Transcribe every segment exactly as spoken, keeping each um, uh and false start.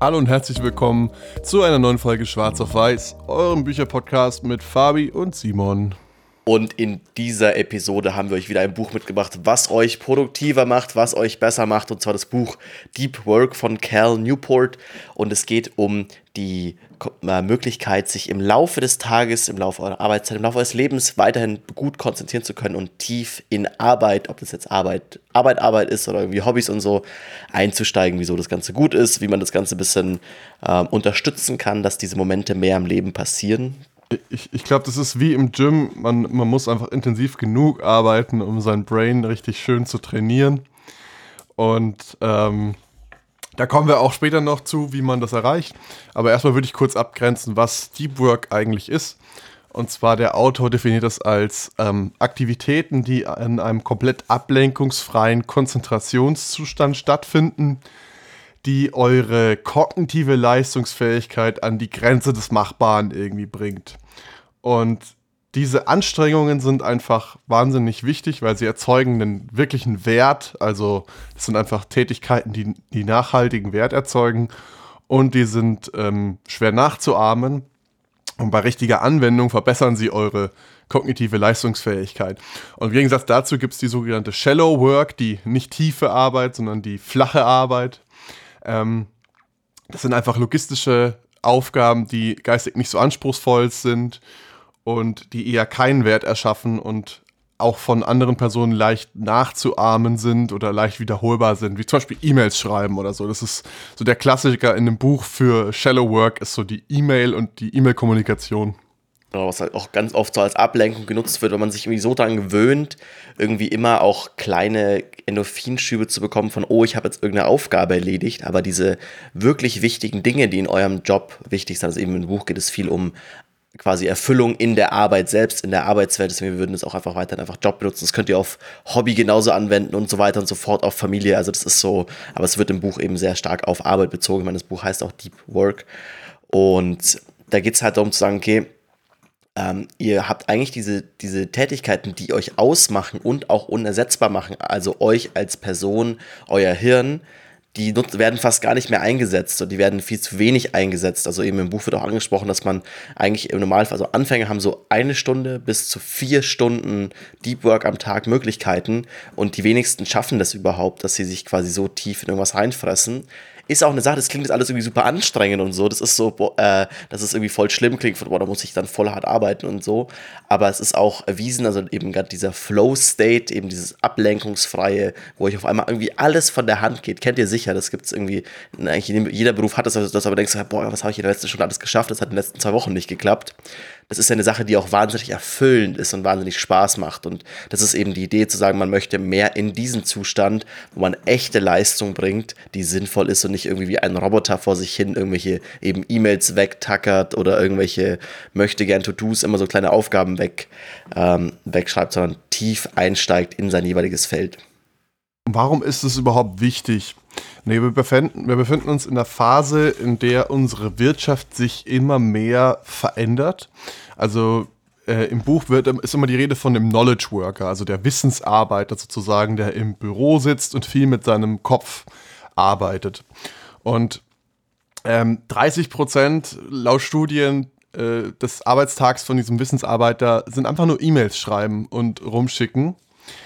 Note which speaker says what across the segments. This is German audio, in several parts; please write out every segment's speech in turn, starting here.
Speaker 1: Hallo und herzlich willkommen zu einer neuen Folge Schwarz auf Weiß, eurem Bücherpodcast mit Fabi und Simon.
Speaker 2: Und in dieser Episode haben wir euch wieder ein Buch mitgebracht, was euch produktiver macht, was euch besser macht, und zwar das Buch Deep Work von Cal Newport. Und es geht um die Möglichkeit, sich im Laufe des Tages, im Laufe eurer Arbeitszeit, im Laufe eures Lebens weiterhin gut konzentrieren zu können und tief in Arbeit, ob das jetzt Arbeit, Arbeit, Arbeit ist oder irgendwie Hobbys und so, einzusteigen, wieso das Ganze gut ist, wie man das Ganze ein bisschen äh, unterstützen kann, dass diese Momente mehr im Leben passieren.
Speaker 1: Ich, ich glaube, das ist wie im Gym, man, man muss einfach intensiv genug arbeiten, um sein Brain richtig schön zu trainieren. Und ähm, da kommen wir auch später noch zu, wie man das erreicht. Aber erstmal würde ich kurz abgrenzen, was Deep Work eigentlich ist. Und zwar der Autor definiert das als ähm, Aktivitäten, die in einem komplett ablenkungsfreien Konzentrationszustand stattfinden, die eure kognitive Leistungsfähigkeit an die Grenze des Machbaren irgendwie bringt. Und diese Anstrengungen sind einfach wahnsinnig wichtig, weil sie erzeugen einen wirklichen Wert. Also das sind einfach Tätigkeiten, die, die nachhaltigen Wert erzeugen, und die sind ähm, schwer nachzuahmen. Und bei richtiger Anwendung verbessern sie eure kognitive Leistungsfähigkeit. Und im Gegensatz dazu gibt es die sogenannte Shallow Work, die nicht tiefe Arbeit, sondern die flache Arbeit. Ähm, das sind einfach logistische Aufgaben, die geistig nicht so anspruchsvoll sind und die eher keinen Wert erschaffen und auch von anderen Personen leicht nachzuahmen sind oder leicht wiederholbar sind, wie zum Beispiel E-Mails schreiben oder so. Das ist so der Klassiker in dem Buch für Shallow Work, ist so die E-Mail und die E-Mail-Kommunikation.
Speaker 2: Was halt auch ganz oft so als Ablenkung genutzt wird, weil man sich irgendwie so daran gewöhnt, irgendwie immer auch kleine Endorphinschübe zu bekommen von, oh, ich habe jetzt irgendeine Aufgabe erledigt, aber diese wirklich wichtigen Dinge, die in eurem Job wichtig sind, also eben im Buch geht es viel um quasi Erfüllung in der Arbeit selbst, in der Arbeitswelt, deswegen wir würden es auch einfach weiterhin einfach Job benutzen, das könnt ihr auf Hobby genauso anwenden und so weiter und so fort, auf Familie, also das ist so, aber es wird im Buch eben sehr stark auf Arbeit bezogen, ich meine, das Buch heißt auch Deep Work, und da geht es halt darum zu sagen, okay, Ähm, ihr habt eigentlich diese, diese Tätigkeiten, die euch ausmachen und auch unersetzbar machen, also euch als Person, euer Hirn, die nut- werden fast gar nicht mehr eingesetzt und die werden viel zu wenig eingesetzt. Also eben im Buch wird auch angesprochen, dass man eigentlich im Normalfall, also Anfänger haben so eine Stunde bis zu vier Stunden Deep Work am Tag Möglichkeiten, und die wenigsten schaffen das überhaupt, dass sie sich quasi so tief in irgendwas reinfressen. Ist auch eine Sache, das klingt jetzt alles irgendwie super anstrengend und so, das ist so, boah, äh, dass es irgendwie voll schlimm klingt, von, boah, da muss ich dann voll hart arbeiten und so, aber es ist auch erwiesen, also eben gerade dieser Flow-State, eben dieses ablenkungsfreie, wo euch auf einmal irgendwie alles von der Hand geht, kennt ihr sicher, das gibt es irgendwie, eigentlich jeder Beruf hat das, also das aber denkst du, boah, was habe ich in der letzten Stunde alles geschafft, das hat in den letzten zwei Wochen nicht geklappt. Das ist ja eine Sache, die auch wahnsinnig erfüllend ist und wahnsinnig Spaß macht, und das ist eben die Idee zu sagen, man möchte mehr in diesen Zustand, wo man echte Leistung bringt, die sinnvoll ist und nicht irgendwie wie ein Roboter vor sich hin irgendwelche eben E-Mails wegtackert oder irgendwelche möchte gern To-Dos, immer so kleine Aufgaben weg, ähm, wegschreibt, sondern tief einsteigt in sein jeweiliges Feld.
Speaker 1: Warum ist es überhaupt wichtig? Nee, wir befinden, wir befinden uns in einer Phase, in der unsere Wirtschaft sich immer mehr verändert. Also äh, im Buch wird, ist immer die Rede von dem Knowledge Worker, also der Wissensarbeiter sozusagen, der im Büro sitzt und viel mit seinem Kopf arbeitet. Und ähm, dreißig Prozent laut Studien äh, des Arbeitstags von diesem Wissensarbeiter sind einfach nur E-Mails schreiben und rumschicken.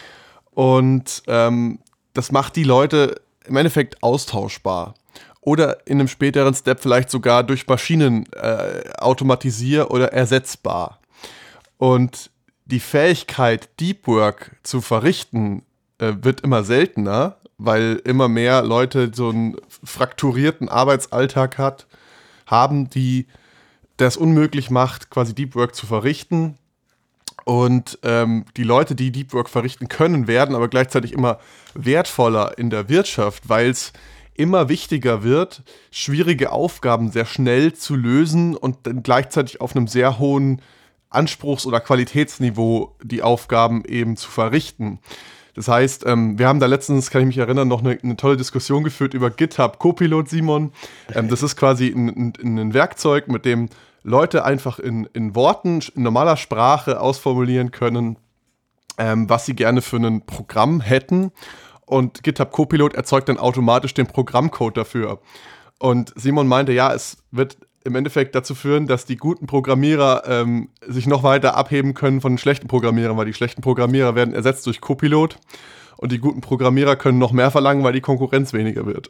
Speaker 1: Und ähm, das macht die Leute im Endeffekt austauschbar. Oder in einem späteren Step vielleicht sogar durch Maschinen äh, automatisier- oder ersetzbar. Und die Fähigkeit, Deep Work zu verrichten, äh, wird immer seltener, weil immer mehr Leute so einen frakturierten Arbeitsalltag hat, haben, die das unmöglich macht, quasi Deep Work zu verrichten. Und ähm, die Leute, die Deep Work verrichten können, werden aber gleichzeitig immer wertvoller in der Wirtschaft, weil es immer wichtiger wird, schwierige Aufgaben sehr schnell zu lösen und dann gleichzeitig auf einem sehr hohen Anspruchs- oder Qualitätsniveau die Aufgaben eben zu verrichten. Das heißt, ähm, wir haben da letztens, kann ich mich erinnern, noch eine, eine tolle Diskussion geführt über GitHub Copilot, Simon. Ähm, das ist quasi ein, ein, ein Werkzeug, mit dem Leute einfach in, in Worten, in normaler Sprache ausformulieren können, ähm, was sie gerne für ein Programm hätten. Und GitHub Copilot erzeugt dann automatisch den Programmcode dafür. Und Simon meinte, ja, es wird im Endeffekt dazu führen, dass die guten Programmierer ähm, sich noch weiter abheben können von den schlechten Programmierern, weil die schlechten Programmierer werden ersetzt durch Copilot und die guten Programmierer können noch mehr verlangen, weil die Konkurrenz weniger wird.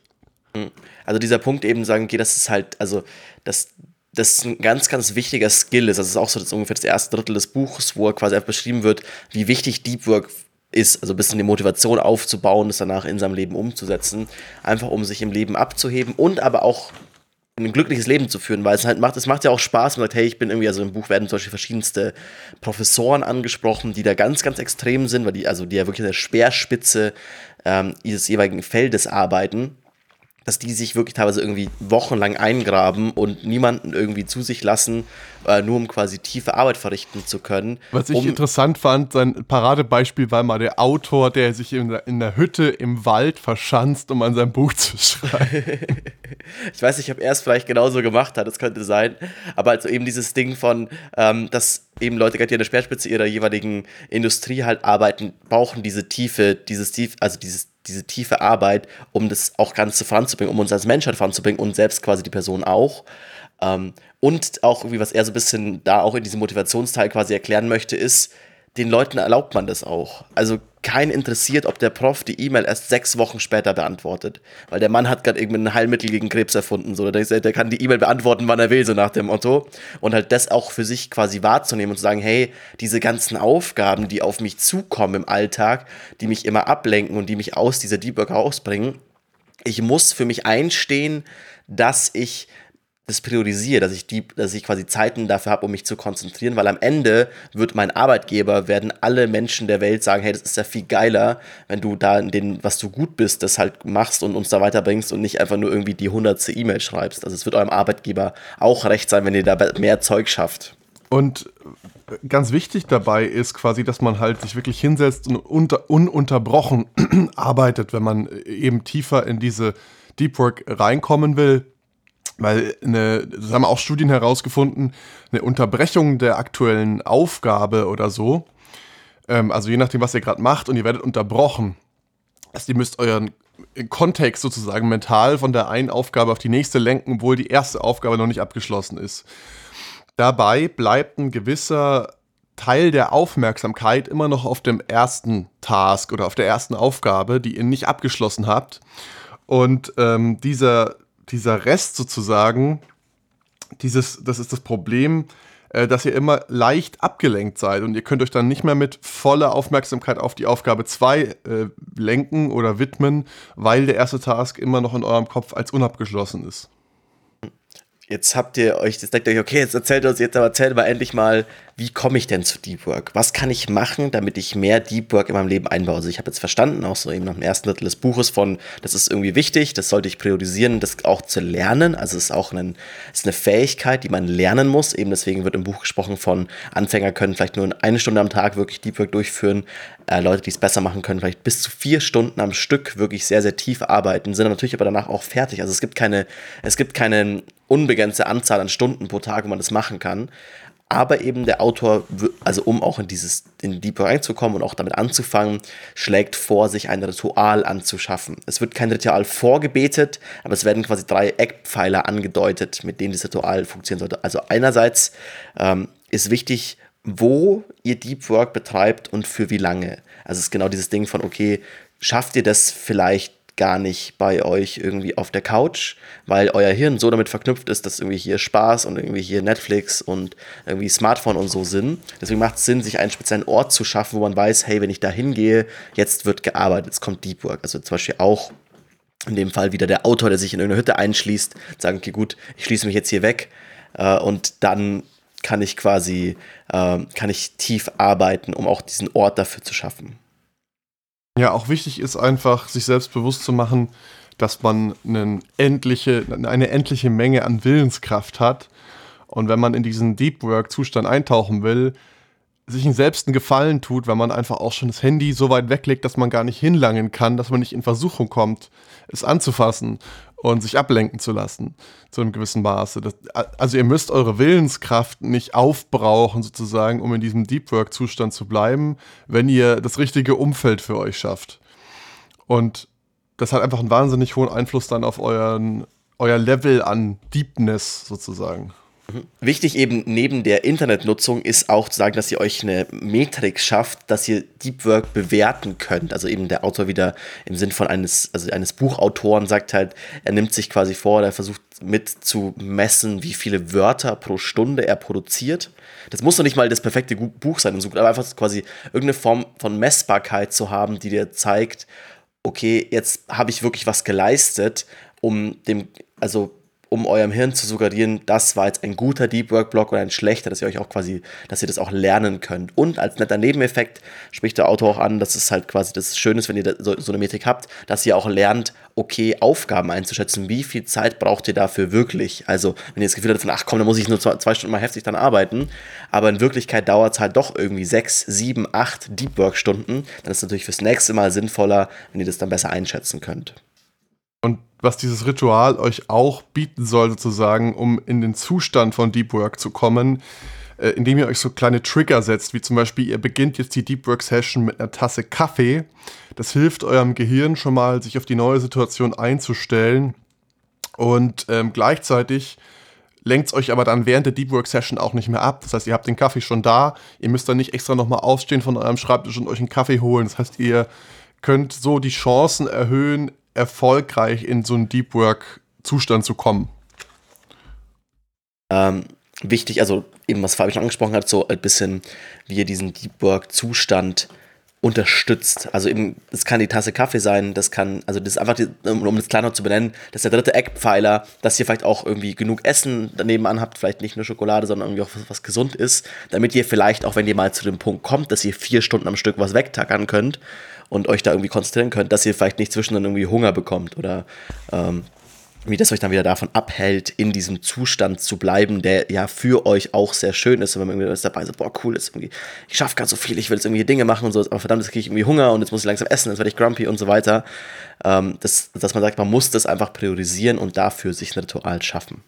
Speaker 2: Also dieser Punkt eben sagen, okay, das ist halt, also das, das ein ganz, ganz wichtiger Skill ist. Das ist auch so das ungefähr das erste Drittel des Buches, wo er quasi einfach beschrieben wird, wie wichtig Deep Work ist, also ein bisschen die Motivation aufzubauen, das danach in seinem Leben umzusetzen, einfach um sich im Leben abzuheben und aber auch ein glückliches Leben zu führen, weil es halt macht, es macht ja auch Spaß, man sagt, hey, ich bin irgendwie, also im Buch werden zum Beispiel verschiedenste Professoren angesprochen, die da ganz, ganz extrem sind, weil die, also die ja wirklich an der Speerspitze ähm, ihres jeweiligen Feldes arbeiten, dass die sich wirklich teilweise irgendwie wochenlang eingraben und niemanden irgendwie zu sich lassen, äh, nur um quasi tiefe Arbeit verrichten zu können.
Speaker 1: Was ich
Speaker 2: um
Speaker 1: interessant fand, sein Paradebeispiel war mal der Autor, der sich in der, in der Hütte im Wald verschanzt, um an seinem Buch zu schreiben.
Speaker 2: Ich weiß nicht, ob er es vielleicht genauso gemacht hat, das könnte sein, aber also eben dieses Ding von, ähm, dass eben Leute, die an der Speerspitze ihrer jeweiligen Industrie halt arbeiten, brauchen diese Tiefe, dieses tief, also dieses diese tiefe Arbeit, um das auch Ganze voranzubringen, um uns als Menschheit voranzubringen und selbst quasi die Person auch. Ähm, und auch irgendwie, was er so ein bisschen da auch in diesem Motivationsteil quasi erklären möchte, ist, den Leuten erlaubt man das auch. Also keinen interessiert, ob der Prof die E-Mail erst sechs Wochen später beantwortet. Weil der Mann hat gerade irgendein Heilmittel gegen Krebs erfunden. So. Der, der kann die E-Mail beantworten, wann er will, so nach dem Motto. Und halt das auch für sich quasi wahrzunehmen und zu sagen, hey, diese ganzen Aufgaben, die auf mich zukommen im Alltag, die mich immer ablenken und die mich aus dieser Deep Work rausbringen, ich muss für mich einstehen, dass ich das priorisiere, dass ich, die, dass ich quasi Zeiten dafür habe, um mich zu konzentrieren, weil am Ende wird mein Arbeitgeber, werden alle Menschen der Welt sagen, hey, das ist ja viel geiler, wenn du da in den, was du gut bist, das halt machst und uns da weiterbringst und nicht einfach nur irgendwie die hundertste E-Mail schreibst. Also es wird eurem Arbeitgeber auch recht sein, wenn ihr da mehr Zeug schafft.
Speaker 1: Und ganz wichtig dabei ist quasi, dass man halt sich wirklich hinsetzt und unter, ununterbrochen arbeitet, wenn man eben tiefer in diese Deep Work reinkommen will. Weil, eine, das haben auch Studien herausgefunden, eine Unterbrechung der aktuellen Aufgabe oder so, ähm, also je nachdem, was ihr gerade macht und ihr werdet unterbrochen, also ihr müsst euren Kontext sozusagen mental von der einen Aufgabe auf die nächste lenken, obwohl die erste Aufgabe noch nicht abgeschlossen ist. Dabei bleibt ein gewisser Teil der Aufmerksamkeit immer noch auf dem ersten Task oder auf der ersten Aufgabe, die ihr nicht abgeschlossen habt. Und ähm, dieser Dieser Rest sozusagen, dieses, das ist das Problem, äh, dass ihr immer leicht abgelenkt seid und ihr könnt euch dann nicht mehr mit voller Aufmerksamkeit auf die Aufgabe zwei äh, lenken oder widmen, weil der erste Task immer noch in eurem Kopf als unabgeschlossen ist.
Speaker 2: Jetzt habt ihr euch, jetzt denkt ihr euch, okay, jetzt erzählt uns, jetzt aber erzählt mal endlich mal, wie komme ich denn zu Deep Work? Was kann ich machen, damit ich mehr Deep Work in meinem Leben einbaue? Also ich habe jetzt verstanden, auch so eben nach dem ersten Drittel des Buches von, das ist irgendwie wichtig, das sollte ich priorisieren, das auch zu lernen. Also es ist auch ein, es ist eine Fähigkeit, die man lernen muss. Eben deswegen wird im Buch gesprochen von, Anfänger können vielleicht nur eine Stunde am Tag wirklich Deep Work durchführen. Äh, Leute, die es besser machen können, vielleicht bis zu vier Stunden am Stück wirklich sehr, sehr tief arbeiten, sind dann natürlich aber danach auch fertig. Also es gibt keine, es gibt keine unbegrenzte Anzahl an Stunden pro Tag, wo man das machen kann. Aber eben der Autor, also um auch in dieses, in Deep Work reinzukommen und auch damit anzufangen, schlägt vor, sich ein Ritual anzuschaffen. Es wird kein Ritual vorgebetet, aber es werden quasi drei Eckpfeiler angedeutet, mit denen das Ritual funktionieren sollte. Also einerseits ähm, ist wichtig, wo ihr Deep Work betreibt und für wie lange. Also es ist genau dieses Ding von, okay, schafft ihr das vielleicht gar nicht bei euch irgendwie auf der Couch, weil euer Hirn so damit verknüpft ist, dass irgendwie hier Spaß und irgendwie hier Netflix und irgendwie Smartphone und so sind. Deswegen macht es Sinn, sich einen speziellen Ort zu schaffen, wo man weiß, hey, wenn ich da hingehe, jetzt wird gearbeitet, jetzt kommt Deep Work. Also zum Beispiel auch in dem Fall wieder der Autor, der sich in irgendeine Hütte einschließt, sagen, okay, gut, ich schließe mich jetzt hier weg äh, und dann kann ich quasi, äh, kann ich tief arbeiten, um auch diesen Ort dafür zu schaffen.
Speaker 1: Ja, auch wichtig ist einfach, sich selbst bewusst zu machen, dass man eine endliche, eine endliche Menge an Willenskraft hat. Und wenn man in diesen Deep Work-Zustand eintauchen will, sich selbst einen Gefallen tut, wenn man einfach auch schon das Handy so weit weglegt, dass man gar nicht hinlangen kann, dass man nicht in Versuchung kommt, es anzufassen und sich ablenken zu lassen, zu einem gewissen Maße. Das, also ihr müsst eure Willenskraft nicht aufbrauchen, sozusagen, um in diesem Deep Work-Zustand zu bleiben, wenn ihr das richtige Umfeld für euch schafft. Und das hat einfach einen wahnsinnig hohen Einfluss dann auf euren, euer Level an Deepness sozusagen.
Speaker 2: Wichtig eben neben der Internetnutzung ist auch zu sagen, dass ihr euch eine Metrik schafft, dass ihr Deep Work bewerten könnt. Also eben der Autor wieder im Sinn von eines, also eines Buchautoren sagt halt, er nimmt sich quasi vor, er versucht mit zu messen, wie viele Wörter pro Stunde er produziert. Das muss noch nicht mal das perfekte Buch sein, aber einfach quasi irgendeine Form von Messbarkeit zu haben, die dir zeigt, okay, jetzt habe ich wirklich was geleistet, um dem, also um eurem Hirn zu suggerieren, das war jetzt ein guter Deep Work Block oder ein schlechter, dass ihr euch auch quasi, dass ihr das auch lernen könnt. Und als netter Nebeneffekt spricht der Autor auch an, dass es halt quasi das Schöne ist, wenn ihr so, so eine Metrik habt, dass ihr auch lernt, okay, Aufgaben einzuschätzen. Wie viel Zeit braucht ihr dafür wirklich? Also, wenn ihr das Gefühl habt von, ach komm, dann muss ich nur zwei, zwei Stunden mal heftig dann arbeiten, aber in Wirklichkeit dauert es halt doch irgendwie sechs, sieben, acht Deep Work Stunden, dann ist es natürlich fürs nächste Mal sinnvoller, wenn ihr das dann besser einschätzen könnt.
Speaker 1: Und was dieses Ritual euch auch bieten soll, sozusagen, um in den Zustand von Deep Work zu kommen, äh, indem ihr euch so kleine Trigger setzt, wie zum Beispiel, ihr beginnt jetzt die Deep Work Session mit einer Tasse Kaffee. Das hilft eurem Gehirn schon mal, sich auf die neue Situation einzustellen. Und ähm, gleichzeitig lenkt es euch aber dann während der Deep Work Session auch nicht mehr ab. Das heißt, ihr habt den Kaffee schon da, ihr müsst dann nicht extra nochmal aufstehen von eurem Schreibtisch und euch einen Kaffee holen. Das heißt, ihr könnt so die Chancen erhöhen, erfolgreich in so einen Deep Work-Zustand zu kommen.
Speaker 2: Ähm, wichtig, also eben was Fabi schon angesprochen hat, so ein bisschen, wie ihr diesen Deep Work-Zustand unterstützt. Also eben, das kann die Tasse Kaffee sein, das kann, also das ist einfach, die, um das kleiner zu benennen, das ist der dritte Eckpfeiler, dass ihr vielleicht auch irgendwie genug Essen daneben anhabt, vielleicht nicht nur Schokolade, sondern irgendwie auch was, was gesund ist, damit ihr vielleicht, auch wenn ihr mal zu dem Punkt kommt, dass ihr vier Stunden am Stück was wegtackern könnt und euch da irgendwie konzentrieren könnt, dass ihr vielleicht nicht zwischendurch irgendwie Hunger bekommt oder ähm, wie das euch dann wieder davon abhält, in diesem Zustand zu bleiben, der ja für euch auch sehr schön ist. Und wenn man irgendwie dabei ist, boah, cool, ist irgendwie, ich schaffe gerade so viel, ich will jetzt irgendwie Dinge machen und so, aber verdammt, jetzt kriege ich irgendwie Hunger und jetzt muss ich langsam essen, jetzt werde ich grumpy und so weiter. Ähm, das, dass man sagt, man muss das einfach priorisieren und dafür sich ein Ritual schaffen.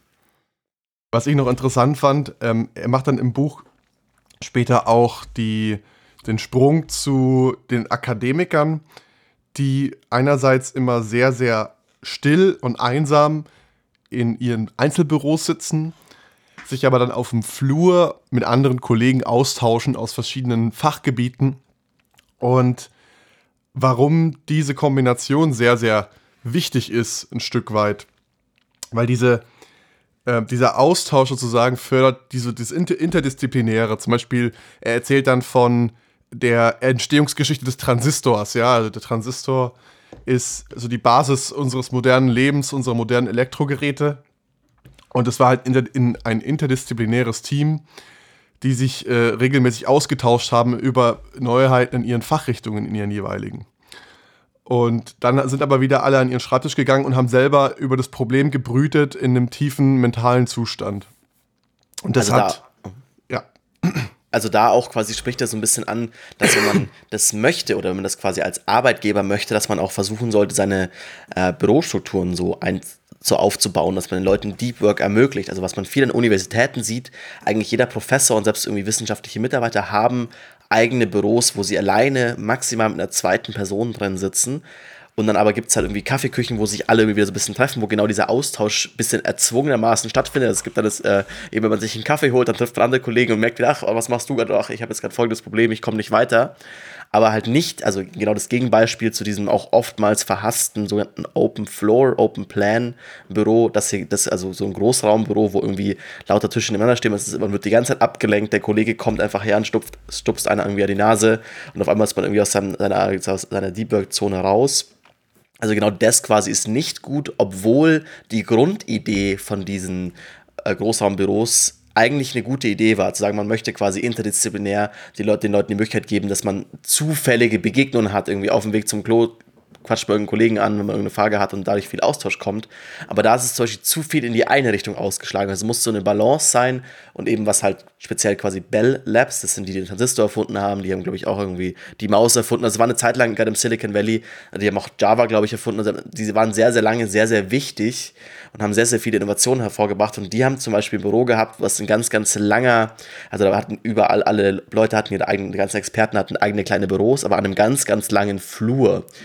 Speaker 1: Was ich noch interessant fand, ähm, er macht dann im Buch später auch die, den Sprung zu den Akademikern, die einerseits immer sehr, sehr still und einsam in ihren Einzelbüros sitzen, sich aber dann auf dem Flur mit anderen Kollegen austauschen aus verschiedenen Fachgebieten. Und warum diese Kombination sehr, sehr wichtig ist, ein Stück weit. Weil diese, äh, dieser Austausch sozusagen fördert diese, dieses Inter- Interdisziplinäre. Zum Beispiel, er erzählt dann von der Entstehungsgeschichte des Transistors. Ja, also der Transistor ist so die Basis unseres modernen Lebens, unserer modernen Elektrogeräte. Und es war halt in, in ein interdisziplinäres Team, die sich äh, regelmäßig ausgetauscht haben über Neuheiten in ihren Fachrichtungen, in ihren jeweiligen. Und dann sind aber wieder alle an ihren Schreibtisch gegangen und haben selber über das Problem gebrütet in einem tiefen mentalen Zustand. Und das
Speaker 2: also
Speaker 1: hat,
Speaker 2: da,
Speaker 1: ja.
Speaker 2: Also da auch quasi spricht er so ein bisschen an, dass wenn man das möchte oder wenn man das quasi als Arbeitgeber möchte, dass man auch versuchen sollte, seine äh, Bürostrukturen so, ein, so aufzubauen, dass man den Leuten Deep Work ermöglicht. Also was man viel an Universitäten sieht, eigentlich jeder Professor und selbst irgendwie wissenschaftliche Mitarbeiter haben eigene Büros, wo sie alleine maximal mit einer zweiten Person drin sitzen. Und dann aber gibt es halt irgendwie Kaffeeküchen, wo sich alle irgendwie wieder so ein bisschen treffen, wo genau dieser Austausch ein bisschen erzwungenermaßen stattfindet. Es gibt dann das, äh, eben wenn man sich einen Kaffee holt, dann trifft man andere Kollegen und merkt wieder, ach, was machst du gerade? Ach, ich habe jetzt gerade folgendes Problem, ich komme nicht weiter. Aber halt nicht, also genau das Gegenbeispiel zu diesem auch oftmals verhassten sogenannten Open Floor, Open Plan Büro, das hier, das also so ein Großraumbüro, wo irgendwie lauter Tische nebeneinander stehen, ist, man wird die ganze Zeit abgelenkt, der Kollege kommt einfach her und stupft, stupst einer irgendwie an die Nase und auf einmal ist man irgendwie aus seiner, aus seiner Deep Work Zone raus. Also genau das quasi ist nicht gut, obwohl die Grundidee von diesen äh, Großraumbüros eigentlich eine gute Idee war, zu sagen, man möchte quasi interdisziplinär die Leute, den Leuten die Möglichkeit geben, dass man zufällige Begegnungen hat, irgendwie auf dem Weg zum Klo, quatscht bei irgendeinem Kollegen an, wenn man irgendeine Frage hat und dadurch viel Austausch kommt. Aber da ist es zum Beispiel zu viel in die eine Richtung ausgeschlagen. Also es muss so eine Balance sein und eben was halt speziell quasi Bell Labs, das sind die, die den Transistor erfunden haben, die haben, glaube ich, auch irgendwie die Maus erfunden. Also es war eine Zeit lang gerade im Silicon Valley, die haben auch Java, glaube ich, erfunden. Also die waren sehr, sehr lange sehr, sehr wichtig und haben sehr, sehr viele Innovationen hervorgebracht. Und die haben zum Beispiel ein Büro gehabt, was ein ganz, ganz langer, also da hatten überall, alle Leute hatten ihre eigenen, die ganzen Experten hatten eigene kleine Büros, aber an einem ganz, ganz langen Flur.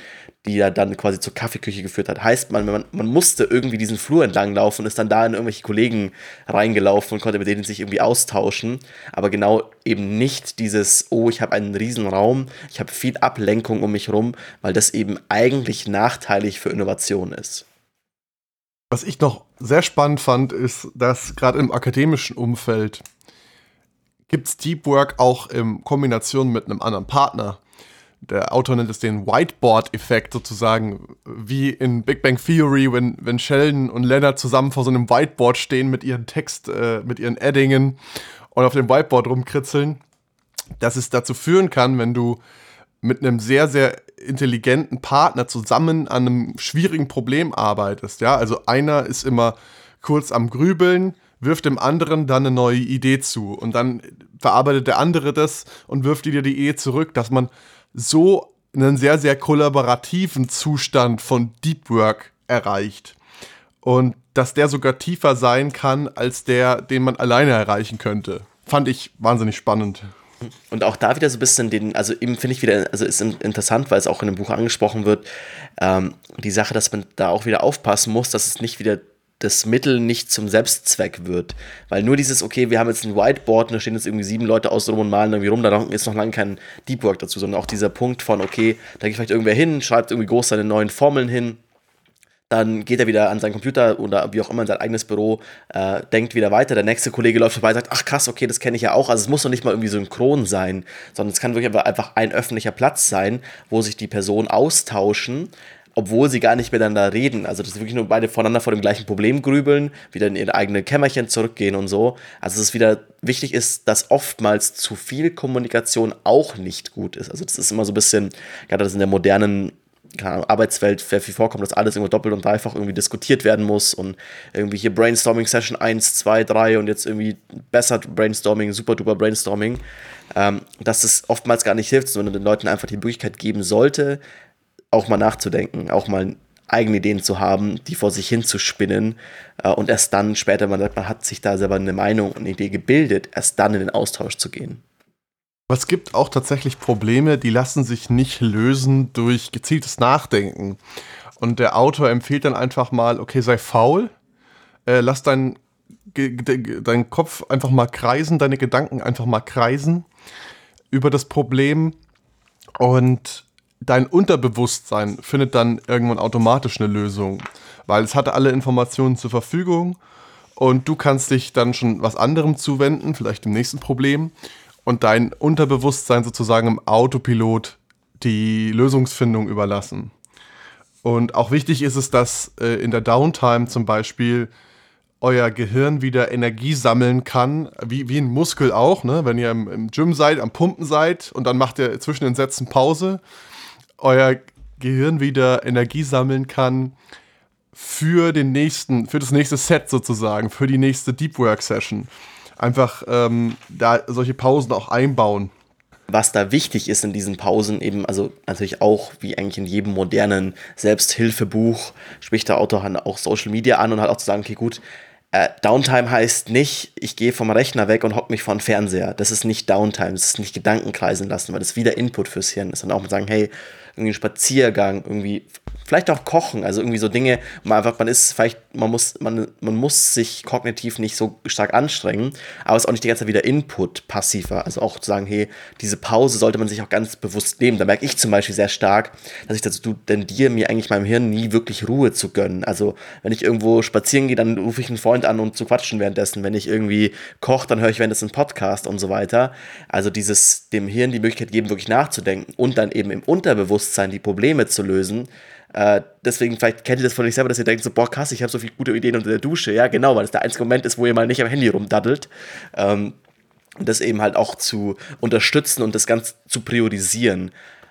Speaker 2: die ja dann quasi zur Kaffeeküche geführt hat. Heißt, man, man, man musste irgendwie diesen Flur entlang laufen und ist dann da in irgendwelche Kollegen reingelaufen und konnte mit denen sich irgendwie austauschen. Aber genau eben nicht dieses, oh, ich habe einen riesen Raum, ich habe viel Ablenkung um mich rum, weil das eben eigentlich nachteilig für Innovation ist.
Speaker 1: Was ich noch sehr spannend fand, ist, dass gerade im akademischen Umfeld gibt es Deep Work auch in Kombination mit einem anderen Partner. Der Autor nennt es den Whiteboard-Effekt sozusagen, wie in Big Bang Theory, wenn, wenn Sheldon und Leonard zusammen vor so einem Whiteboard stehen mit ihren Text, äh, mit ihren Addingen und auf dem Whiteboard rumkritzeln, dass es dazu führen kann, wenn du mit einem sehr, sehr intelligenten Partner zusammen an einem schwierigen Problem arbeitest. Ja? Also einer ist immer kurz am Grübeln, wirft dem anderen dann eine neue Idee zu und dann verarbeitet der andere das und wirft dir die Idee zurück, dass man so einen sehr, sehr kollaborativen Zustand von Deep Work erreicht. Und dass der sogar tiefer sein kann, als der, den man alleine erreichen könnte. Fand ich wahnsinnig spannend.
Speaker 2: Und auch da wieder so ein bisschen den, also eben finde ich wieder, also ist interessant, weil es auch in dem Buch angesprochen wird, ähm, die Sache, dass man da auch wieder aufpassen muss, dass es nicht wieder das Mittel nicht zum Selbstzweck wird. Weil nur dieses, okay, wir haben jetzt ein Whiteboard und da stehen jetzt irgendwie sieben Leute außen rum und malen irgendwie rum, da ist noch lange kein Deep Work dazu, sondern auch dieser Punkt von, okay, da geht vielleicht irgendwer hin, schreibt irgendwie groß seine neuen Formeln hin, dann geht er wieder an seinen Computer oder wie auch immer in sein eigenes Büro, äh, denkt wieder weiter, der nächste Kollege läuft vorbei und sagt, ach krass, okay, das kenne ich ja auch, also es muss doch nicht mal irgendwie synchron sein, sondern es kann wirklich einfach ein öffentlicher Platz sein, wo sich die Personen austauschen, obwohl sie gar nicht miteinander reden. Also, dass sie wirklich nur beide voneinander vor dem gleichen Problem grübeln, wieder in ihre eigene Kämmerchen zurückgehen und so. Also, dass es wieder wichtig ist, dass oftmals zu viel Kommunikation auch nicht gut ist. Also, das ist immer so ein bisschen, gerade das in der modernen keine Ahnung, Arbeitswelt sehr viel vorkommt, dass alles immer doppelt und dreifach irgendwie diskutiert werden muss und irgendwie hier Brainstorming-Session eins, zwei, drei und jetzt irgendwie besser Brainstorming, super duper Brainstorming, ähm, dass es oftmals gar nicht hilft, sondern den Leuten einfach die Möglichkeit geben sollte, auch mal nachzudenken, auch mal eigene Ideen zu haben, die vor sich hin zu spinnen äh, und erst dann später, man sagt, man hat sich da selber eine Meinung und eine Idee gebildet, erst dann in den Austausch zu gehen.
Speaker 1: Aber es gibt auch tatsächlich Probleme, die lassen sich nicht lösen durch gezieltes Nachdenken. Und der Autor empfiehlt dann einfach mal, okay, sei faul, äh, lass deinen dein Kopf einfach mal kreisen, deine Gedanken einfach mal kreisen über das Problem und dein Unterbewusstsein findet dann irgendwann automatisch eine Lösung, weil es hatte alle Informationen zur Verfügung und du kannst dich dann schon was anderem zuwenden, vielleicht dem nächsten Problem und dein Unterbewusstsein sozusagen im Autopilot die Lösungsfindung überlassen. Und auch wichtig ist es, dass äh, in der Downtime zum Beispiel euer Gehirn wieder Energie sammeln kann, wie, wie ein Muskel auch, ne? Wenn ihr im, im Gym seid, am Pumpen seid und dann macht ihr zwischen den Sätzen Pause, euer Gehirn wieder Energie sammeln kann für den nächsten, für das nächste Set sozusagen, für die nächste Deep Work Session. Einfach ähm, da solche Pausen auch einbauen.
Speaker 2: Was da wichtig ist in diesen Pausen eben, also natürlich auch wie eigentlich in jedem modernen Selbsthilfebuch, spricht der Autor auch Social Media an und hat auch zu sagen, okay gut, äh, Downtime heißt nicht, ich gehe vom Rechner weg und hocke mich vor den Fernseher. Das ist nicht Downtime, das ist nicht Gedanken kreisen lassen, weil das ist wieder Input fürs Hirn ist. Und auch mal sagen, hey, irgendwie ein Spaziergang, irgendwie vielleicht auch kochen, also irgendwie so Dinge, man einfach, man ist vielleicht, man muss, man, man muss sich kognitiv nicht so stark anstrengen, aber es ist auch nicht die ganze Zeit wieder Input passiver, also auch zu sagen, hey, diese Pause sollte man sich auch ganz bewusst nehmen, da merke ich zum Beispiel sehr stark, dass ich dazu tendiere, mir eigentlich meinem Hirn nie wirklich Ruhe zu gönnen, also wenn ich irgendwo spazieren gehe, dann rufe ich einen Freund an, um zu quatschen währenddessen, wenn ich irgendwie koche, dann höre ich währenddessen einen Podcast und so weiter, also dieses, dem Hirn die Möglichkeit geben, wirklich nachzudenken und dann eben im Unterbewusstsein die Probleme zu lösen. Äh, deswegen, vielleicht kennt ihr das von euch selber, dass ihr denkt so, boah krass, ich habe so viele gute Ideen unter der Dusche. Ja, genau, weil es der einzige Moment ist, wo ihr mal nicht am Handy rumdaddelt. Ähm, und das eben halt auch zu unterstützen und das Ganze zu priorisieren.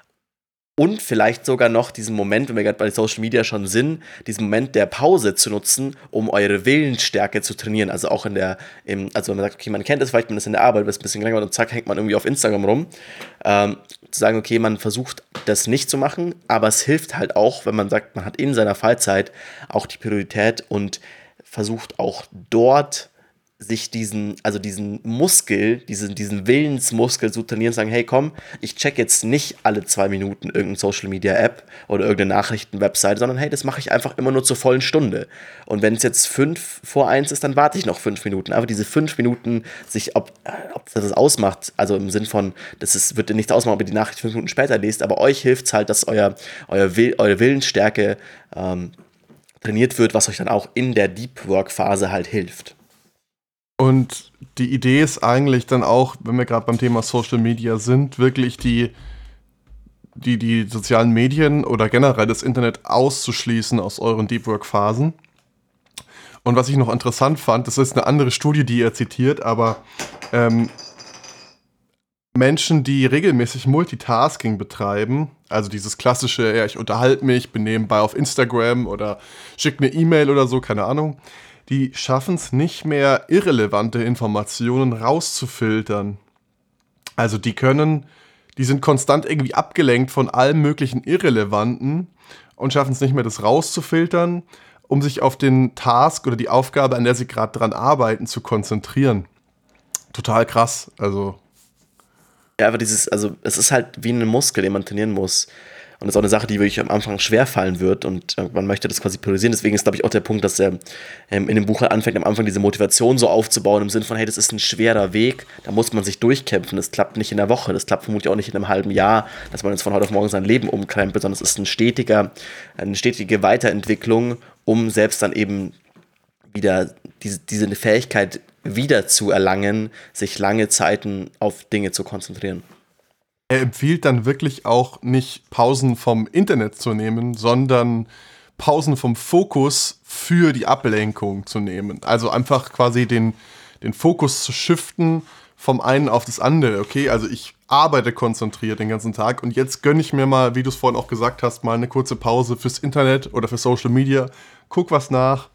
Speaker 2: Und vielleicht sogar noch diesen Moment, wenn wir gerade bei Social Media schon sind, diesen Moment der Pause zu nutzen, um eure Willensstärke zu trainieren. Also auch in der, im, also wenn man sagt, okay, man kennt das vielleicht, man ist in der Arbeit, ist ein bisschen länger und zack, hängt man irgendwie auf Instagram rum. Ähm, zu sagen, okay, man versucht das nicht zu machen, aber es hilft halt auch, wenn man sagt, man hat in seiner Freizeit auch die Priorität und versucht auch dort sich diesen, also diesen Muskel, diesen, diesen Willensmuskel zu trainieren, sagen, hey komm, ich check jetzt nicht alle zwei Minuten irgendeine Social-Media-App oder irgendeine Nachrichten-Webseite, sondern hey, das mache ich einfach immer nur zur vollen Stunde. Und wenn es jetzt fünf vor eins ist, dann warte ich noch fünf Minuten. Aber diese fünf Minuten, sich, ob, ob das ausmacht, also im Sinn von, das ist, wird dir nichts ausmachen, ob ihr die Nachricht fünf Minuten später lest, aber euch hilft es halt, dass euer, euer Will, eure Willensstärke ähm, trainiert wird, was euch dann auch in der Deep Work-Phase halt hilft.
Speaker 1: Und die Idee ist eigentlich dann auch, wenn wir gerade beim Thema Social Media sind, wirklich die, die, die sozialen Medien oder generell das Internet auszuschließen aus euren Deep Work-Phasen. Und was ich noch interessant fand, das ist eine andere Studie, die er zitiert, aber ähm, Menschen, die regelmäßig Multitasking betreiben, also dieses klassische, ja, ich unterhalte mich, bin nebenbei auf Instagram oder schicke eine E-Mail oder so, keine Ahnung, die schaffen es nicht mehr, irrelevante Informationen rauszufiltern. Also die können, die sind konstant irgendwie abgelenkt von allem möglichen Irrelevanten und schaffen es nicht mehr, das rauszufiltern, um sich auf den Task oder die Aufgabe, an der sie gerade dran arbeiten, zu konzentrieren. Total krass, also.
Speaker 2: Ja, aber dieses, also es ist halt wie ein Muskel, den man trainieren muss. Und das ist auch eine Sache, die wirklich am Anfang schwer fallen wird und äh, man möchte das quasi priorisieren. Deswegen ist, glaube ich, auch der Punkt, dass er ähm, in dem Buch halt anfängt, am Anfang diese Motivation so aufzubauen, im Sinne von, hey, das ist ein schwerer Weg, da muss man sich durchkämpfen. Das klappt nicht in der Woche, das klappt vermutlich auch nicht in einem halben Jahr, dass man jetzt von heute auf morgen sein Leben umkrempelt, sondern es ist ein stetiger, eine stetige Weiterentwicklung, um selbst dann eben wieder diese, diese Fähigkeit wieder zu erlangen, sich lange Zeiten auf Dinge zu konzentrieren.
Speaker 1: Er empfiehlt dann wirklich auch nicht Pausen vom Internet zu nehmen, sondern Pausen vom Fokus für die Ablenkung zu nehmen. Also einfach quasi den, den Fokus zu shiften vom einen auf das andere. Okay, also ich arbeite konzentriert den ganzen Tag und jetzt gönne ich mir mal, wie du es vorhin auch gesagt hast, mal eine kurze Pause fürs Internet oder für Social Media. Guck was nach.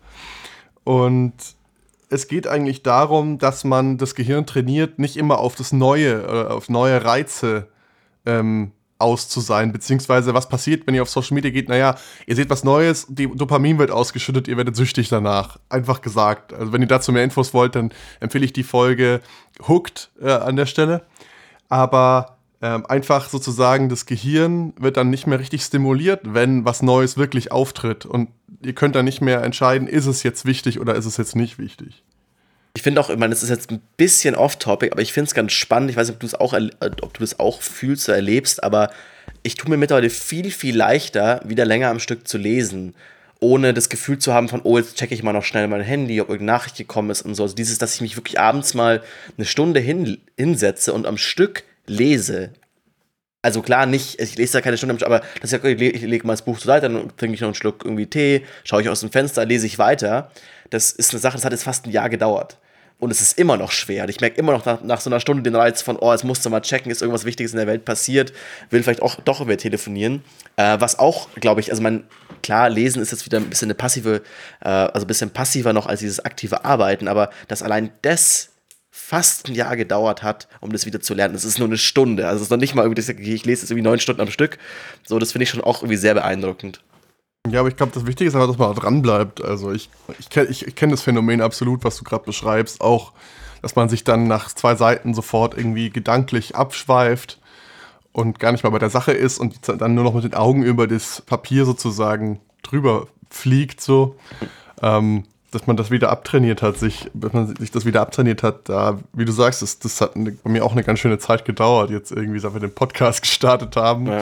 Speaker 1: Und es geht eigentlich darum, dass man das Gehirn trainiert, nicht immer auf das Neue, äh, auf neue Reize ähm, aus zu sein, beziehungsweise was passiert, wenn ihr auf Social Media geht, naja, ihr seht was Neues, die Dopamin wird ausgeschüttet, ihr werdet süchtig danach, einfach gesagt. Also wenn ihr dazu mehr Infos wollt, dann empfehle ich die Folge Hooked äh, an der Stelle, aber ähm, einfach sozusagen das Gehirn wird dann nicht mehr richtig stimuliert, wenn was Neues wirklich auftritt und ihr könnt dann nicht mehr entscheiden, ist es jetzt wichtig oder ist es jetzt nicht wichtig.
Speaker 2: Ich finde auch, ich meine, das ist jetzt ein bisschen off-topic, aber ich finde es ganz spannend. Ich weiß nicht, ob du es auch, ob du das auch fühlst oder erlebst, aber ich tue mir mittlerweile viel, viel leichter, wieder länger am Stück zu lesen, ohne das Gefühl zu haben von, oh, jetzt checke ich mal noch schnell mein Handy, ob irgendeine Nachricht gekommen ist und so. Also dieses, dass ich mich wirklich abends mal eine Stunde hin, hinsetze und am Stück lese. Also klar, nicht, ich lese da keine Stunde, aber das ist ja, ich lege mal das Buch zur Seite, dann trinke ich noch einen Schluck irgendwie Tee, schaue ich aus dem Fenster, lese ich weiter. Das ist eine Sache, das hat jetzt fast ein Jahr gedauert. Und es ist immer noch schwer. Und ich merke immer noch nach, nach so einer Stunde den Reiz von, oh, jetzt musst du mal checken, ist irgendwas Wichtiges in der Welt passiert, will vielleicht auch doch über telefonieren. Äh, was auch, glaube ich, also mein, klar, Lesen ist jetzt wieder ein bisschen eine passive, äh, also ein bisschen passiver noch als dieses aktive Arbeiten, aber dass allein das fast ein Jahr gedauert hat, um das wieder zu lernen. Das ist nur eine Stunde. Also es ist noch nicht mal irgendwie, ich lese jetzt irgendwie neun Stunden am Stück. So, das finde ich schon auch irgendwie sehr beeindruckend.
Speaker 1: Ja, aber ich glaube, das Wichtige ist einfach, dass man da dran bleibt. Also ich, ich kenne ich, ich kenn das Phänomen absolut, was du gerade beschreibst. Auch, dass man sich dann nach zwei Seiten sofort irgendwie gedanklich abschweift und gar nicht mal bei der Sache ist und dann nur noch mit den Augen über das Papier sozusagen drüber fliegt, so. Ähm, dass man das wieder abtrainiert hat, sich, dass man sich das wieder abtrainiert hat, da, wie du sagst, das, das hat eine, bei mir auch eine ganz schöne Zeit gedauert, jetzt irgendwie, seit wir den Podcast gestartet haben. Ja.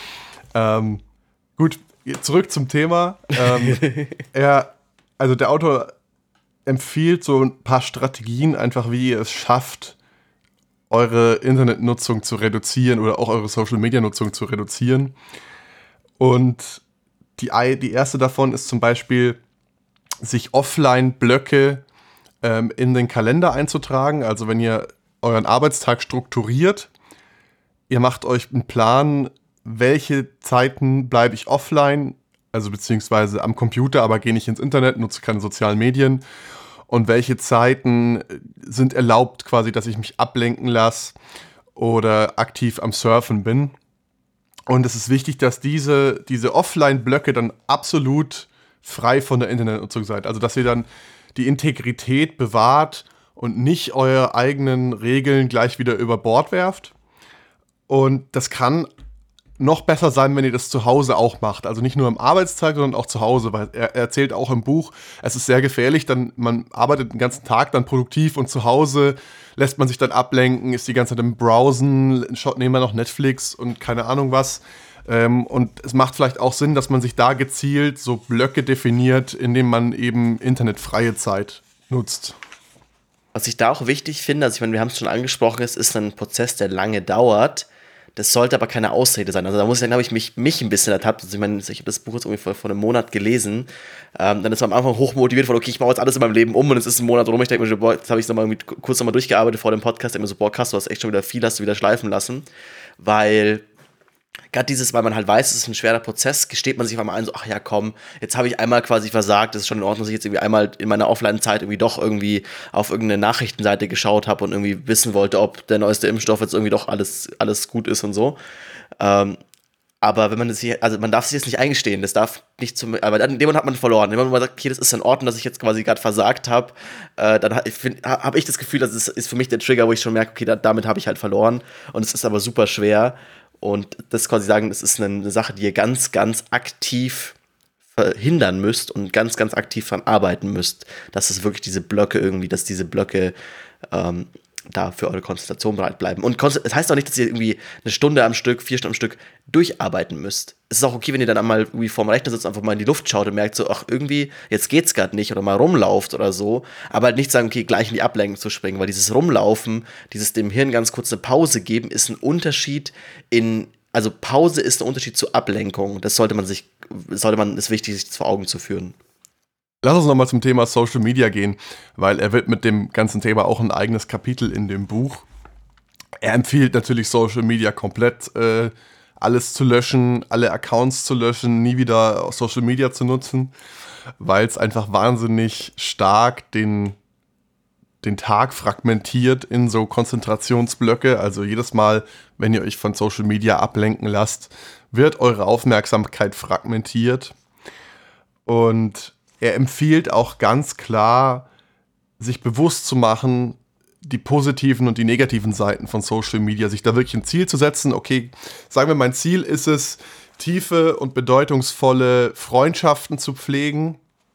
Speaker 1: Ähm, gut, zurück zum Thema. Ähm, er, also der Autor empfiehlt so ein paar Strategien, einfach wie ihr es schafft, eure Internetnutzung zu reduzieren oder auch eure Social-Media-Nutzung zu reduzieren. Und die, die erste davon ist zum Beispiel, sich Offline-Blöcke ähm, in den Kalender einzutragen. Also wenn ihr euren Arbeitstag strukturiert, ihr macht euch einen Plan, welche Zeiten bleibe ich offline, also beziehungsweise am Computer, aber gehe nicht ins Internet, nutze keine sozialen Medien. Und welche Zeiten sind erlaubt, quasi, dass ich mich ablenken lasse oder aktiv am Surfen bin. Und es ist wichtig, dass diese, diese Offline-Blöcke dann absolut frei von der Internetnutzung seid. Also dass ihr dann die Integrität bewahrt und nicht eure eigenen Regeln gleich wieder über Bord werft. Und das kann noch besser sein, wenn ihr das zu Hause auch macht. Also nicht nur im Arbeitstag, sondern auch zu Hause, weil er, er erzählt auch im Buch, es ist sehr gefährlich, dann man arbeitet den ganzen Tag dann produktiv und zu Hause lässt man sich dann ablenken, ist die ganze Zeit im Browsen, schaut nebenbei noch Netflix und keine Ahnung was. Ähm, und es macht vielleicht auch Sinn, dass man sich da gezielt so Blöcke definiert, in denen man eben internetfreie Zeit nutzt.
Speaker 2: Was ich da auch wichtig finde, also ich meine, wir haben es schon angesprochen, es ist ein Prozess, der lange dauert. Das sollte aber keine Ausrede sein. Also da muss ich sagen, habe ich mich, mich ein bisschen ertappt. Also ich meine, ich habe das Buch jetzt irgendwie vor, vor einem Monat gelesen. Ähm, dann ist man am Anfang hochmotiviert von, okay, ich mache jetzt alles in meinem Leben um und es ist ein Monat rum. Ich denke mir, boah, jetzt habe ich es nochmal kurz nochmal durchgearbeitet vor dem Podcast. Ich denke mir so, boah, krass, du hast echt schon wieder viel, hast du wieder schleifen lassen. Weil gerade dieses, weil man halt weiß, es ist ein schwerer Prozess, gesteht man sich auf einmal ein, so, ach ja, komm, jetzt habe ich einmal quasi versagt, das ist schon in Ordnung, dass ich jetzt irgendwie einmal in meiner Offline-Zeit irgendwie doch irgendwie auf irgendeine Nachrichtenseite geschaut habe und irgendwie wissen wollte, ob der neueste Impfstoff jetzt irgendwie doch alles, alles gut ist und so. Ähm, aber wenn man das hier, also man darf sich jetzt nicht eingestehen, das darf nicht zum, aber dann, in dem Moment hat man verloren. Wenn man mal sagt, okay, das ist in Ordnung, dass ich jetzt quasi gerade versagt habe, äh, dann habe hab ich das Gefühl, das ist, ist für mich der Trigger, wo ich schon merke, okay, da, damit habe ich halt verloren und es ist aber super schwer. Und das quasi sagen, das ist eine Sache, die ihr ganz, ganz aktiv verhindern müsst und ganz, ganz aktiv daran arbeiten müsst, dass es wirklich diese Blöcke irgendwie, dass diese Blöcke ähm, da für eure Konzentration bereit bleiben. Und es das heißt auch nicht, dass ihr irgendwie eine Stunde am Stück, vier Stunden am Stück durcharbeiten müsst. Es ist auch okay, wenn ihr dann einmal irgendwie vorm Rechner sitzt, einfach mal in die Luft schaut und merkt so, ach, irgendwie, jetzt geht's gerade nicht oder mal rumlauft oder so. Aber halt nicht sagen, okay, gleich in die Ablenkung zu springen, weil dieses Rumlaufen, dieses dem Hirn ganz kurz eine Pause geben, ist ein Unterschied in, also Pause ist ein Unterschied zu Ablenkung. Das sollte man sich, sollte man, ist wichtig, sich das vor Augen zu führen.
Speaker 1: Lass uns nochmal zum Thema Social Media gehen, weil er widmet dem ganzen Thema auch ein eigenes Kapitel in dem Buch. Er empfiehlt natürlich Social Media komplett äh, alles zu löschen, alle Accounts zu löschen, nie wieder Social Media zu nutzen, weil es einfach wahnsinnig stark den, den Tag fragmentiert in so Konzentrationsblöcke. Also jedes Mal, wenn ihr euch von Social Media ablenken lasst, wird eure Aufmerksamkeit fragmentiert. Und er empfiehlt auch ganz klar, sich bewusst zu machen, die positiven und die negativen Seiten von Social Media, sich da wirklich ein Ziel zu setzen. Okay, sagen wir, mein Ziel ist es, tiefe und bedeutungsvolle Freundschaften zu pflegen.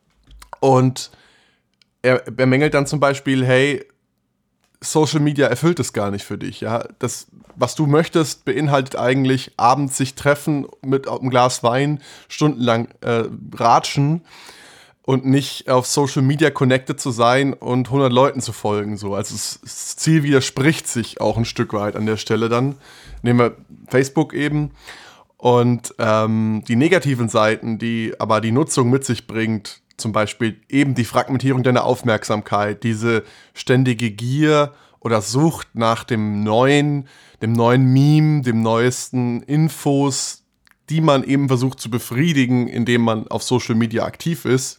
Speaker 1: Und er bemängelt dann zum Beispiel, hey, Social Media erfüllt es gar nicht für dich. Ja? Das, was du möchtest, beinhaltet eigentlich abends sich treffen mit einem Glas Wein, stundenlang äh, ratschen und nicht auf Social Media connected zu sein und hundert Leuten zu folgen. So. Also das, das Ziel widerspricht sich auch ein Stück weit an der Stelle dann. Nehmen wir Facebook eben. Und ähm, die negativen Seiten, die aber die Nutzung mit sich bringt, zum Beispiel eben die Fragmentierung deiner Aufmerksamkeit, diese ständige Gier oder Sucht nach dem neuen, dem neuen Meme, dem neuesten Infos, die man eben versucht zu befriedigen, indem man auf Social Media aktiv ist,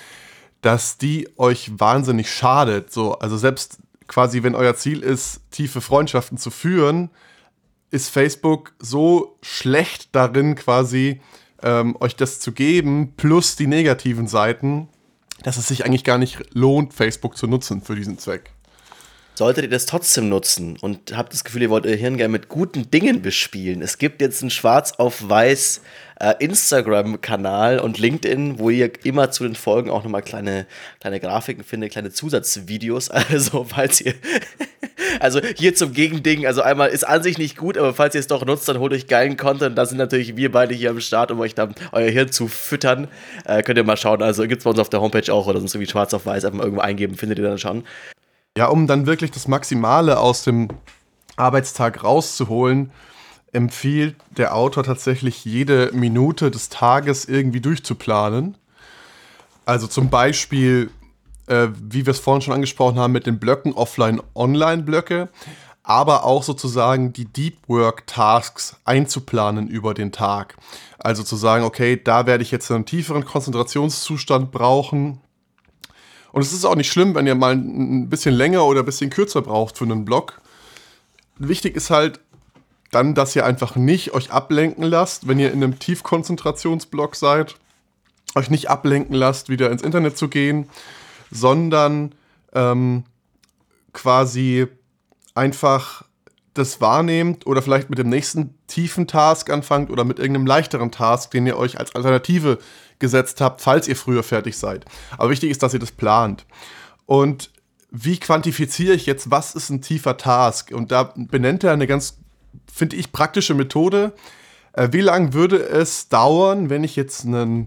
Speaker 1: dass die euch wahnsinnig schadet. So, also selbst quasi, wenn euer Ziel ist, tiefe Freundschaften zu führen, ist Facebook so schlecht darin, quasi ähm, euch das zu geben, plus die negativen Seiten, dass es sich eigentlich gar nicht lohnt, Facebook zu nutzen für diesen Zweck.
Speaker 2: Solltet ihr das trotzdem nutzen und habt das Gefühl, ihr wollt euer Hirn gerne mit guten Dingen bespielen. Es gibt jetzt einen schwarz auf weiß äh, Instagram-Kanal und LinkedIn, wo ihr immer zu den Folgen auch nochmal kleine, kleine Grafiken findet, kleine Zusatzvideos. Also falls ihr, also hier zum Gegending, also einmal ist an sich nicht gut, aber falls ihr es doch nutzt, dann holt euch geilen Content. Da sind natürlich wir beide hier am Start, um euch dann euer Hirn zu füttern. Äh, könnt ihr mal schauen, also gibt es bei uns auf der Homepage auch oder sonst irgendwie schwarz auf weiß, einfach mal irgendwo eingeben, findet ihr dann schon.
Speaker 1: Ja, um dann wirklich das Maximale aus dem Arbeitstag rauszuholen, empfiehlt der Autor tatsächlich jede Minute des Tages irgendwie durchzuplanen. Also zum Beispiel, äh, wie wir es vorhin schon angesprochen haben, mit den Blöcken Offline-Online-Blöcke, aber auch sozusagen die Deep Work-Tasks einzuplanen über den Tag. Also zu sagen, okay, da werde ich jetzt einen tieferen Konzentrationszustand brauchen. Und es ist auch nicht schlimm, wenn ihr mal ein bisschen länger oder ein bisschen kürzer braucht für einen Block. Wichtig ist halt dann, dass ihr einfach nicht euch ablenken lasst, wenn ihr in einem Tiefkonzentrationsblock seid, euch nicht ablenken lasst, wieder ins Internet zu gehen, sondern ähm, quasi einfach das wahrnehmt oder vielleicht mit dem nächsten tiefen Task anfangt oder mit irgendeinem leichteren Task, den ihr euch als Alternative gesetzt habt, falls ihr früher fertig seid. Aber wichtig ist, dass ihr das plant. Und wie quantifiziere ich jetzt, was ist ein tiefer Task? Und da benennt er eine ganz, finde ich, praktische Methode. Äh, wie lange würde es dauern, wenn ich jetzt einen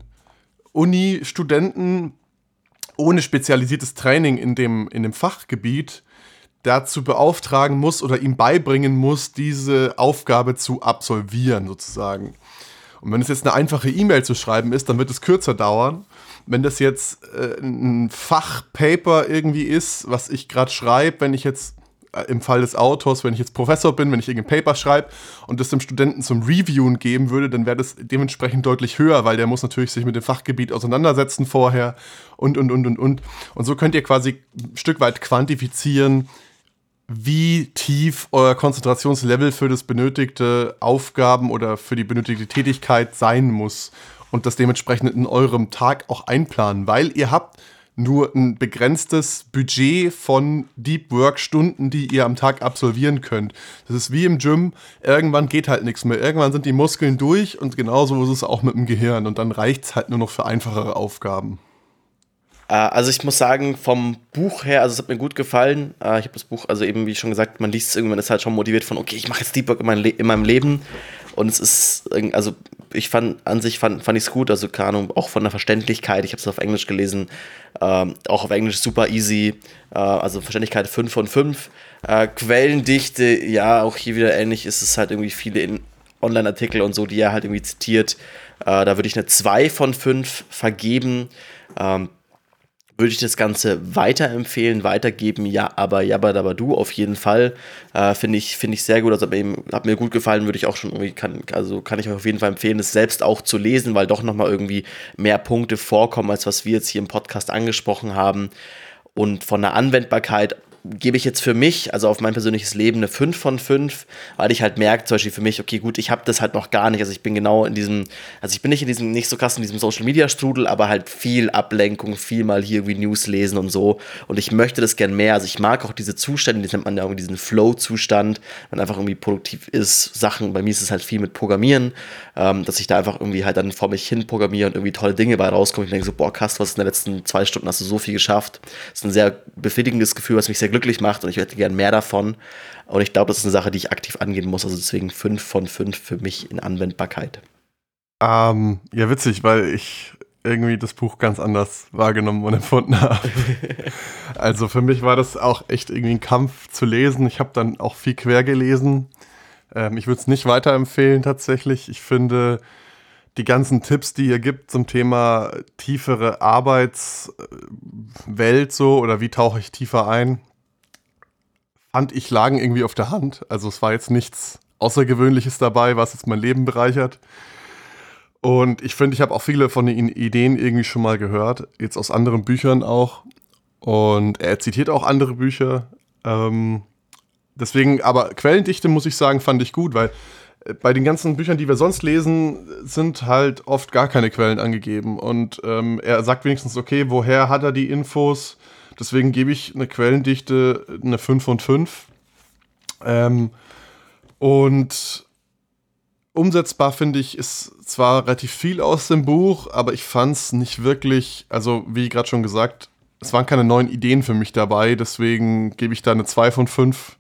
Speaker 1: Uni-Studenten ohne spezialisiertes Training in dem, in dem Fachgebiet dazu beauftragen muss oder ihm beibringen muss, diese Aufgabe zu absolvieren, sozusagen. Und wenn es jetzt eine einfache E-Mail zu schreiben ist, dann wird es kürzer dauern. Wenn das jetzt äh, ein Fachpaper irgendwie ist, was ich gerade schreibe, wenn ich jetzt äh, im Fall des Autors, wenn ich jetzt Professor bin, wenn ich irgendein Paper schreibe und das dem Studenten zum Reviewen geben würde, dann wäre das dementsprechend deutlich höher, weil der muss natürlich sich mit dem Fachgebiet auseinandersetzen vorher und, und, und, und, und. Und so könnt ihr quasi ein Stück weit quantifizieren, wie tief euer Konzentrationslevel für das benötigte Aufgaben oder für die benötigte Tätigkeit sein muss und das dementsprechend in eurem Tag auch einplanen, weil ihr habt nur ein begrenztes Budget von Deep Work Stunden, die ihr am Tag absolvieren könnt. Das ist wie im Gym, irgendwann geht halt nichts mehr, irgendwann sind die Muskeln durch und genauso ist es auch mit dem Gehirn und dann reicht es halt nur noch für einfachere Aufgaben.
Speaker 2: Also ich muss sagen, vom Buch her, also es hat mir gut gefallen. Ich habe das Buch, also eben wie schon gesagt, man liest es irgendwann, ist halt schon motiviert von, okay, ich mache jetzt Deep Work in, mein Le- in meinem Leben. Und es ist, also ich fand, an sich fand, fand ich es gut, also keine Ahnung, auch von der Verständlichkeit, ich habe es auf Englisch gelesen, ähm, auch auf Englisch super easy, äh, also Verständlichkeit fünf von fünf. Äh, Quellendichte, ja, auch hier wieder ähnlich, ist es halt irgendwie viele in Online-Artikel und so, die er halt irgendwie zitiert. Äh, da würde ich eine zwei von fünf vergeben. Ähm, Würde ich das Ganze weiterempfehlen, weitergeben, ja, aber Jabba Dabba Du auf jeden Fall. Äh, Finde ich, find ich sehr gut, also eben, hat mir gut gefallen, würde ich auch schon irgendwie, kann, also kann ich euch auf jeden Fall empfehlen, es selbst auch zu lesen, weil doch nochmal irgendwie mehr Punkte vorkommen, als was wir jetzt hier im Podcast angesprochen haben. Und von der Anwendbarkeit gebe ich jetzt für mich, also auf mein persönliches Leben, eine fünf von fünf, weil ich halt merke, zum Beispiel für mich, okay, gut, ich habe das halt noch gar nicht, also ich bin genau in diesem, also ich bin nicht in diesem, nicht so krass in diesem Social-Media-Strudel, aber halt viel Ablenkung, viel mal hier irgendwie News lesen und so und ich möchte das gern mehr, also ich mag auch diese Zustände, die nennt man ja irgendwie diesen Flow-Zustand, wenn einfach irgendwie produktiv ist, Sachen, bei mir ist es halt viel mit Programmieren, ähm, dass ich da einfach irgendwie halt dann vor mich hin programmiere und irgendwie tolle Dinge bei rauskommen, ich denke so, boah, krass, was in den letzten zwei Stunden hast du so viel geschafft, das ist ein sehr befriedigendes Gefühl, was mich sehr glücklich macht und ich hätte gern mehr davon. Und ich glaube, das ist eine Sache, die ich aktiv angehen muss. Also deswegen fünf von fünf für mich in Anwendbarkeit.
Speaker 1: Ähm, ja, witzig, weil ich irgendwie das Buch ganz anders wahrgenommen und empfunden habe. Also für mich war das auch echt irgendwie ein Kampf zu lesen. Ich habe dann auch viel quer gelesen. Ähm, ich würde es nicht weiterempfehlen tatsächlich. Ich finde, die ganzen Tipps, die ihr gibt zum Thema tiefere Arbeitswelt so oder wie tauche ich tiefer ein, fand ich, lagen irgendwie auf der Hand. Also es war jetzt nichts Außergewöhnliches dabei, was jetzt mein Leben bereichert. Und ich finde, ich habe auch viele von den Ideen irgendwie schon mal gehört, jetzt aus anderen Büchern auch. Und er zitiert auch andere Bücher. Ähm, deswegen, aber Quellendichte, muss ich sagen, fand ich gut, weil bei den ganzen Büchern, die wir sonst lesen, sind halt oft gar keine Quellen angegeben. Und ähm, er sagt wenigstens, okay, woher hat er die Infos? Deswegen gebe ich eine Quellendichte eine fünf von fünf. Ähm, und umsetzbar, finde ich, ist zwar relativ viel aus dem Buch, aber ich fand es nicht wirklich, also wie gerade schon gesagt, es waren keine neuen Ideen für mich dabei, deswegen gebe ich da eine zwei von fünf.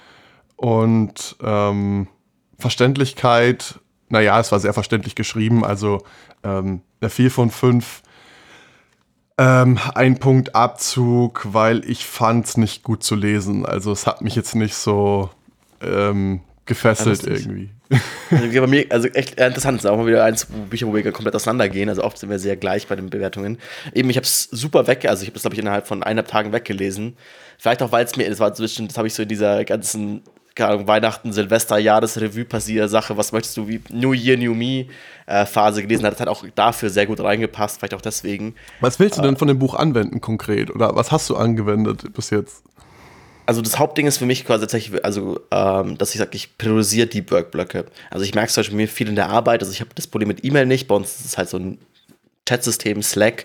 Speaker 1: Und ähm, Verständlichkeit, naja, es war sehr verständlich geschrieben, also ähm, eine vier von fünf. Ähm, ein Punkt Abzug, weil ich fand es nicht gut zu lesen. Also es hat mich jetzt nicht so ähm, gefesselt ja, irgendwie.
Speaker 2: Also, bei mir, also echt interessant, es ist auch mal wieder eins Bücher, wo wir komplett auseinandergehen. Also oft sind wir sehr gleich bei den Bewertungen. Eben, ich habe es super weg, also ich habe das, glaube ich, innerhalb von eineinhalb Tagen weggelesen. Vielleicht auch, weil es mir, das war zwischen, das habe ich so in dieser ganzen, keine Ahnung, Weihnachten, Silvester, Jahresrevue passiert Sache, was möchtest du, wie New Year, New Me äh, Phase gelesen hat. Das hat auch dafür sehr gut reingepasst, vielleicht auch deswegen.
Speaker 1: Was willst du denn von dem Buch anwenden konkret? Oder was hast du angewendet bis jetzt?
Speaker 2: Also das Hauptding ist für mich quasi tatsächlich, also ähm, dass ich sage, ich priorisiere Deep Work Blöcke. Also ich merke es zum Beispiel mir viel in der Arbeit, also ich habe das Problem mit E-Mail nicht, bei uns ist es halt so ein Chatsystem, Slack,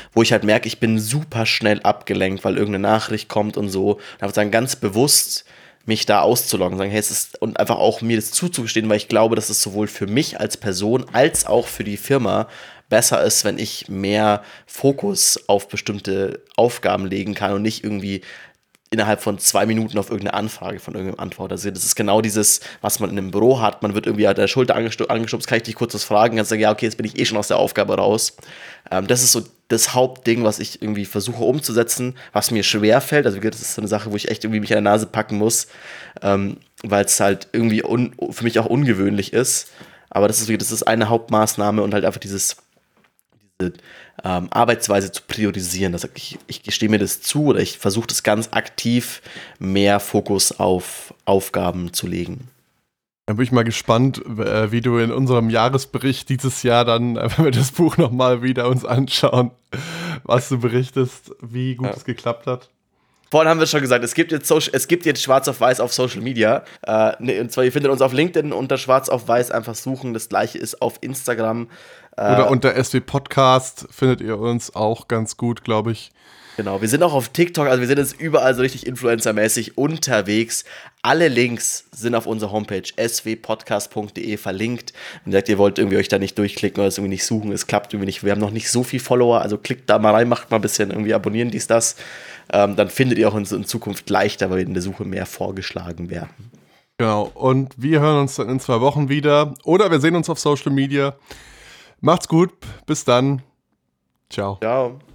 Speaker 2: wo ich halt merke, ich bin super schnell abgelenkt, weil irgendeine Nachricht kommt und so. Und einfach sagen, ganz bewusst mich da auszuloggen, sagen, hey, es ist, und einfach auch mir das zuzugestehen, weil ich glaube, dass es sowohl für mich als Person als auch für die Firma besser ist, wenn ich mehr Fokus auf bestimmte Aufgaben legen kann und nicht irgendwie innerhalb von zwei Minuten auf irgendeine Anfrage von irgendeinem Antwort. Also das ist genau dieses, was man in einem Büro hat. Man wird irgendwie an der Schulter angestu- angeschubst, kann ich dich kurz was fragen? Kannst sagen, ja, okay, jetzt bin ich eh schon aus der Aufgabe raus. Ähm, das ist so das Hauptding, was ich irgendwie versuche umzusetzen, was mir schwer fällt. Also wie gesagt, das ist so eine Sache, wo ich echt irgendwie mich an der Nase packen muss, ähm, weil es halt irgendwie un- für mich auch ungewöhnlich ist. Aber das ist, das ist eine Hauptmaßnahme und halt einfach dieses diese ähm, Arbeitsweise zu priorisieren. Das, ich, ich gestehe mir das zu oder ich versuche das ganz aktiv, mehr Fokus auf Aufgaben zu legen.
Speaker 1: Dann bin ich mal gespannt, äh, wie du in unserem Jahresbericht dieses Jahr dann, äh, wenn wir das Buch nochmal wieder uns anschauen, was du berichtest, wie gut ja. es geklappt hat.
Speaker 2: Vorhin haben wir schon gesagt, es gibt jetzt, Social, es gibt jetzt Schwarz auf Weiß auf Social Media. Äh, ne, und zwar, ihr findet uns auf LinkedIn unter Schwarz auf Weiß, einfach suchen. Das gleiche ist auf Instagram. Äh,
Speaker 1: Oder unter S W Podcast findet ihr uns auch ganz gut, glaube ich.
Speaker 2: Genau, wir sind auch auf TikTok, also wir sind jetzt überall so richtig influencermäßig unterwegs. Alle Links sind auf unserer Homepage s w podcast punkt d e verlinkt. Wenn ihr sagt, ihr wollt irgendwie euch da nicht durchklicken oder es irgendwie nicht suchen, es klappt irgendwie nicht. Wir haben noch nicht so viel Follower, also klickt da mal rein, macht mal ein bisschen irgendwie abonnieren, dies, das. Ähm, dann findet ihr auch uns in Zukunft leichter, weil wir in der Suche mehr vorgeschlagen werden.
Speaker 1: Genau, und wir hören uns dann in zwei Wochen wieder. Oder wir sehen uns auf Social Media. Macht's gut, bis dann. Ciao.
Speaker 2: Ciao.